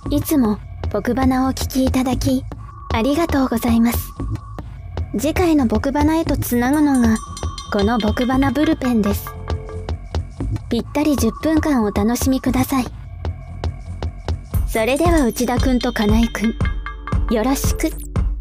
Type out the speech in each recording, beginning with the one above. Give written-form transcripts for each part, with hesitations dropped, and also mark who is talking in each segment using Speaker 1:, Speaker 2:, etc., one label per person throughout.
Speaker 1: いつも僕花をお聞きいただきありがとうございます。次回の僕花へとつなぐのがこの僕花ブルペンです。ぴったり10分間お楽しみください。それでは内田くんと金井くん、よろしく。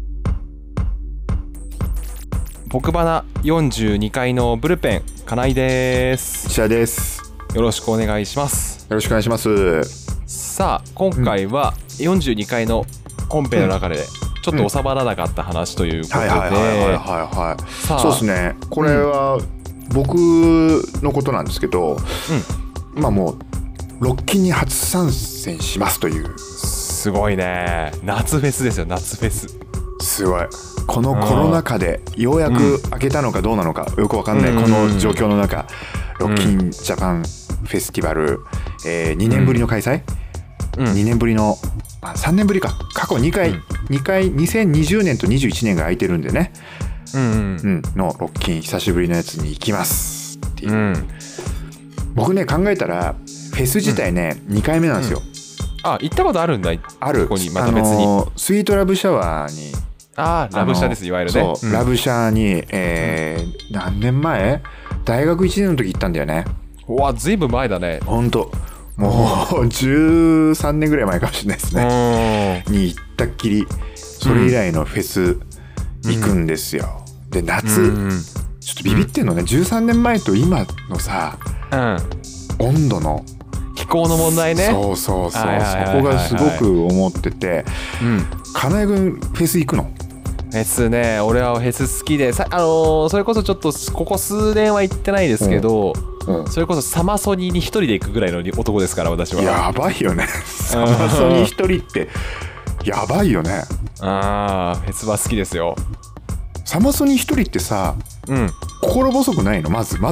Speaker 2: 僕花42階のブルペン、金井です。
Speaker 3: 石田です。
Speaker 2: よろしくお願いします。
Speaker 3: よろしくお願いします。
Speaker 2: さあ今回は42階の本編の中でちょっと収まらなかった話ということで、
Speaker 3: そうですね。これは僕のことなんですけど、まあもうロッキンに初参戦しますという。
Speaker 2: すごいね。夏フェスですよ、夏フェス。
Speaker 3: すごい。このコロナ禍でようやく開けたのかどうなのかよくわかんないこの状況の中、ロッキンジャパンフェスティバル、2年ぶりの開催、2年ぶりの3年ぶりか、過去2回2020年と21年が空いてるんでね、のロッキン久しぶりのやつに行きますっていう、僕ね考えたらフェス自体ね、2回目なんですよ。
Speaker 2: あ、行ったことあるんだ。
Speaker 3: ある。
Speaker 2: ここにまた別に、
Speaker 3: スイートラブシャワーに、
Speaker 2: ラブシャです、いわゆるね。
Speaker 3: そう、ラブシャーに、何年前？大学1年の時行ったんだよね。
Speaker 2: うわ、ずいぶん前だね。
Speaker 3: ほんともう13年ぐらい前かもしれないですねに行ったっきり、それ以来のフェス行くんですよ。で夏、ちょっとビビってんのね、13年前と今のさ、温度の
Speaker 2: 気候の問題ね。
Speaker 3: そうそこがすごく思ってて、金井君フェス行くの？
Speaker 2: フェスね、俺はフェス好きで、それこそちょっとここ数年は行ってないですけど、それこそサマソニーに一人で行くぐらいの男ですから、私は。
Speaker 3: やばいよね。サマソニー一人ってやばいよね。
Speaker 2: フェスは好きですよ。
Speaker 3: サマソニー一人ってさ、心細くないの？まず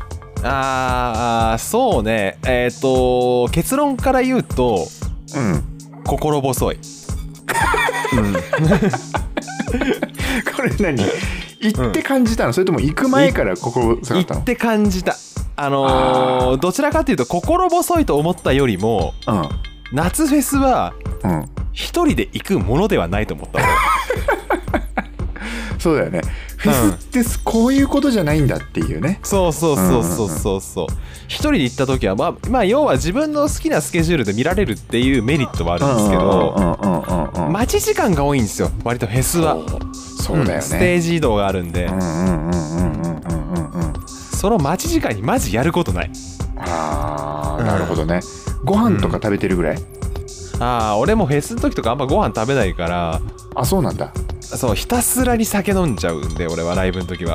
Speaker 2: そうね、結論から言うと、心細い。
Speaker 3: これ何？行って感じたの？それとも行く前から心細かったの？
Speaker 2: 行って感じた。どちらかというと心細いと思ったよりも、夏フェスは一人で行くものではないと思った。
Speaker 3: そうだよね。フェスってこういうことじゃないんだっていうね。
Speaker 2: そう。一人で行った時はまあ要は自分の好きなスケジュールで見られるっていうメリットはあるんですけど、待ち時間が多いんですよ、割とフェスは。
Speaker 3: そうだよね。
Speaker 2: ステージ移動があるんで、その待ち時間にマジやることない。
Speaker 3: なるほどね。ご飯とか食べてるぐらい？
Speaker 2: 俺もフェスの時とかあんまご飯食べないから。
Speaker 3: あ、そうなんだ。
Speaker 2: そう、ひたすらに酒飲んじゃうんで、俺はライブの時は。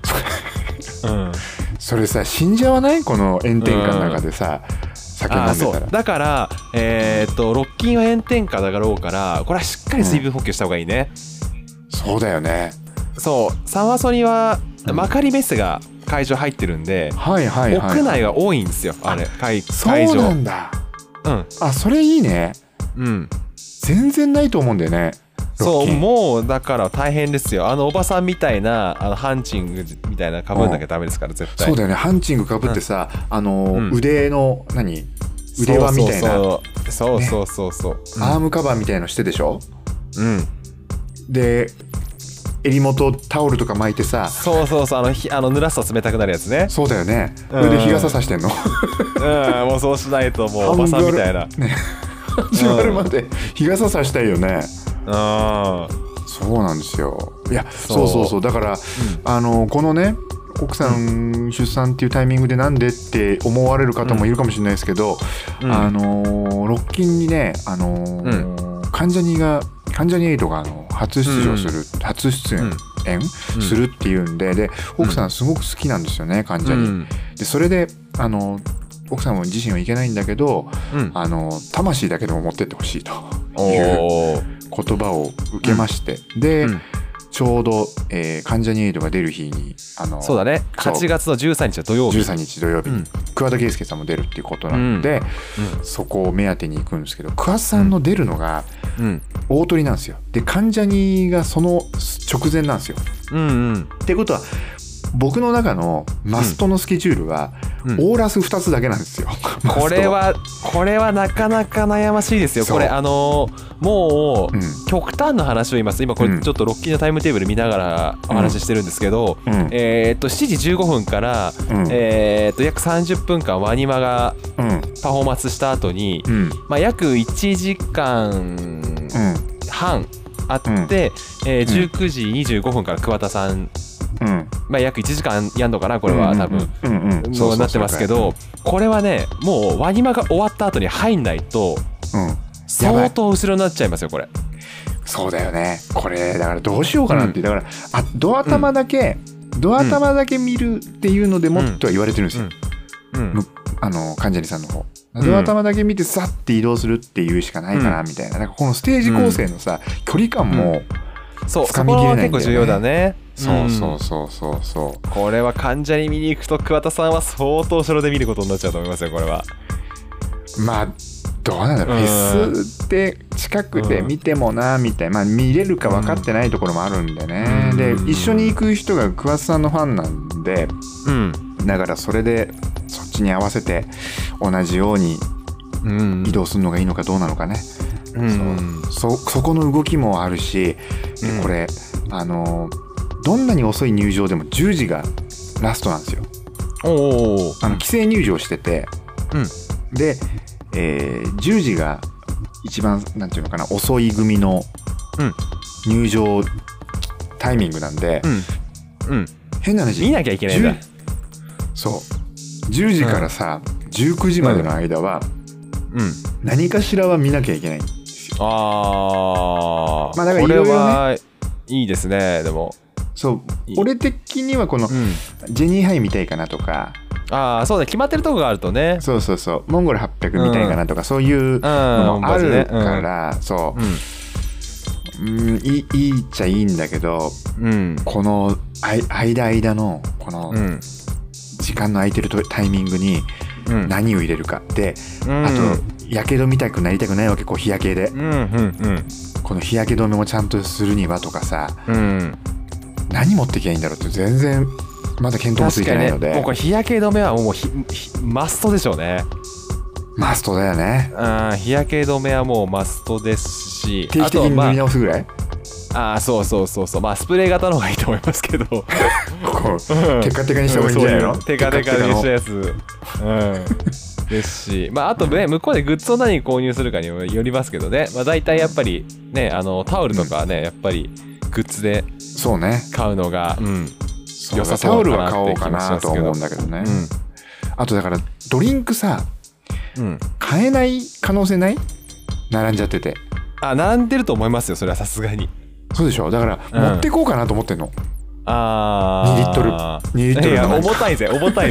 Speaker 3: それさ、死んじゃわない？この炎天下の中でさ、酒飲んでたら。
Speaker 2: そうだから、ロッキンは炎天下だろうから、これはしっかり水分補給した方がいいね。
Speaker 3: そうだよね。
Speaker 2: そう、サマソニは幕張メッセが会場入ってるんで、屋内が多いんですよ、あれ、会場。
Speaker 3: そうなんだ。それいいね。全然ないと思うんだよね。
Speaker 2: そう、もうだから大変ですよ。おばさんみたいなハンチングみたいな被んなきゃダメですから、絶対。
Speaker 3: そうだよね。ハンチング被ってさ、腕の腕輪みたいな、
Speaker 2: そう、
Speaker 3: アームカバーみたいのしてでしょ。で襟元タオルとか巻いてさ、
Speaker 2: そう濡らすと冷たくなるやつね。
Speaker 3: そうだよね。それで日傘さしてんの。
Speaker 2: もうそうしないともうおばさんみたいな。
Speaker 3: 始まるまで日傘さしたいよね。そうなんですよ。いや、そうだから、このね、奥さん出産っていうタイミングでなんでって思われる方もいるかもしれないですけど、ロッキンにね、関ジャニ∞が初出演するっていうんで、奥さんすごく好きなんですよね、関ジャニ。でそれで奥さんも自身はいけないんだけど、魂だけでも持ってってほしいという言葉を受けまして、で、ちょうど、関ジャニ∞が出る日に
Speaker 2: そうだね、8月の13日は土曜日、
Speaker 3: 13日土曜日に桑田佳祐さんも出るっていうことなので、そこを目当てに行くんですけど、桑田さんの出るのが大トリなんですよ。で関ジャニがその直前なんですよ。ってことは僕の中のマストのスケジュールは、オーラス2つだけなんですよ。
Speaker 2: これはなかなか悩ましいですよ。これもう、極端な話を言います。今これちょっとロッキーのタイムテーブル見ながらお話ししてるんですけど、7時15分から、約30分間ワニマがパフォーマンスした後に、約1時間半あって、19時25分から桑田さん、約1時間やんのかなこれは多分そうなってますけど、これはねもうワニマが終わった後に入んないと相当後ろになっちゃいますよこれ。
Speaker 3: そうだよね。これだからどうしようかなって、だからドア玉だけ見るっていうのでもとは言われてるんですよ、関ジャニさんの方。ドア玉だけ見てさって移動するっていうしかないかなみたいな、なんかこのステージ構成のさ、距離感も
Speaker 2: そう、そこは結構重要だね。
Speaker 3: そう
Speaker 2: これは関ジャニ見に行くと桑田さんは相当後ろで見ることになっちゃうと思いますよこれは。
Speaker 3: まあどうなんだろう、フェスって近くで見てもなみたいな、見れるか分かってないところもあるんでね、で一緒に行く人が桑田さんのファンなんで、だからそれでそっちに合わせて同じように移動するのがいいのかどうなのかね、そこの動きもあるし、これどんなに遅い入場でも10時がラストなんですよ。規制入場してて、で、10時が一番なんていうのかな、遅い組の入場タイミングなんで、変な話
Speaker 2: 見なきゃいけないんだ。
Speaker 3: そう10時からさ19時までの間は何かしらは見なきゃいけないんですよ。だからいろいろね、これ
Speaker 2: はいいですね。でも
Speaker 3: そう俺的にはこのジェニーハイ見たいかなとか、
Speaker 2: そうね、決まってるとこがあるとね、
Speaker 3: そうモンゴル800見たいかなとか、そういうのもあるから、いいっちゃいいんだけど、この間のこの時間の空いてるタイミングに何を入れるかで、あとやけど見たくなりたくないわけ、こう日焼けで、この日焼け止めもちゃんとするにはとかさ、何持ってきゃいいんだろうって全然まだ見当もついてないので、
Speaker 2: もうこれ日焼け止めはもうマストでしょうね。
Speaker 3: マストだよね。
Speaker 2: 日焼け止めはもうマストですし、
Speaker 3: 定期的に塗り直すぐらい。
Speaker 2: そうスプレー型の方がいいと思いますけど、こ
Speaker 3: うテカテカにした方がいいんじゃないの。
Speaker 2: テカテカにしたやつですし、あとね、向こうでグッズを何購入するかによりますけどね、大体やっぱりね、タオルとかはね、やっぱりグッズで買うのが良さそうかなって気もしますけど、タオルは買おうかなと思うんだけどね。あとだからドリンクさ、買えない可能性ない？並んじゃってて。並んでると思いますよ、それはさすがに。
Speaker 3: そうでしょ。だから持ってこうかなと思ってんの。2リットル。
Speaker 2: いや重たいぜ。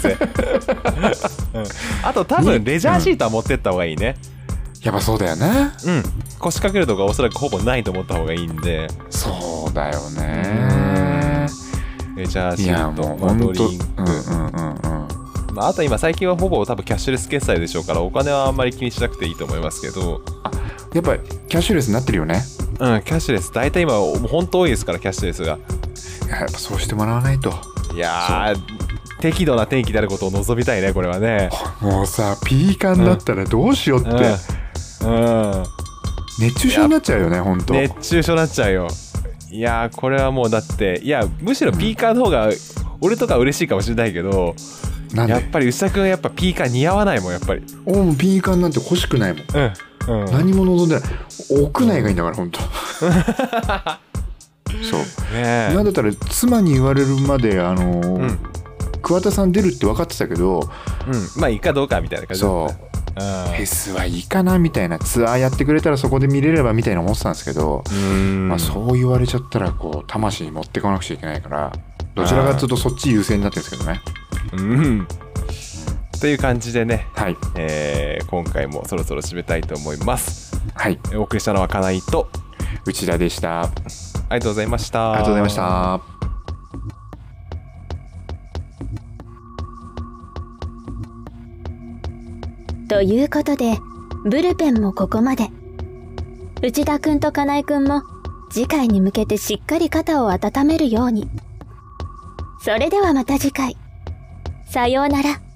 Speaker 2: あと多分レジャーシートは持ってった方がいいね。
Speaker 3: やっぱそうだよね。
Speaker 2: 腰掛けるとかおそらくほぼないと思った方がいいんで。
Speaker 3: そうだよね。
Speaker 2: レジャーシート、ドリンク。あと今最近はほぼ多分キャッシュレス決済でしょうから、お金はあんまり気にしなくていいと思いますけど。
Speaker 3: やっぱりキャッシュレスになってるよね。
Speaker 2: キャッシュレス大体今本当多いですから、キャッシュレスが。
Speaker 3: やっぱそうしてもらわないと。
Speaker 2: いや適度な天気であることを望みたいね、これはね。
Speaker 3: もうさ、ピーカンだったらどうしようって、熱中症になっちゃうよね、本当。
Speaker 2: 熱中症になっちゃうよ。いやこれはもうだって、いやむしろピーカンの方が俺とか嬉しいかもしれないけど、やっぱり内田君はやっぱピーカン似合わないもん、やっぱり。
Speaker 3: もうピーカンなんて欲しくないもん。何も望んでない。屋内がいいんだから、本当。そうなんだったら妻に言われるまで桑田さん出るって分かってたけど、
Speaker 2: いいかどうかみたいな感じ。
Speaker 3: そうフェスはいいかなみたいな、ツアーやってくれたらそこで見れればみたいな思ってたんですけど、そう言われちゃったらこう魂に持ってこなくちゃいけないから、どちらかというとそっち優先になってるんですけどね。
Speaker 2: という感じでね、
Speaker 3: 今
Speaker 2: 回もそろそろ締めたいと思います。
Speaker 3: お
Speaker 2: 送りしたのは金井と
Speaker 3: 内田でした。
Speaker 2: ありがとうございました。
Speaker 3: ありがとうございました。
Speaker 1: ということで、ブルペンもここまで。内田くんと金井くんも次回に向けてしっかり肩を温めるように。 それではまた次回。さようなら。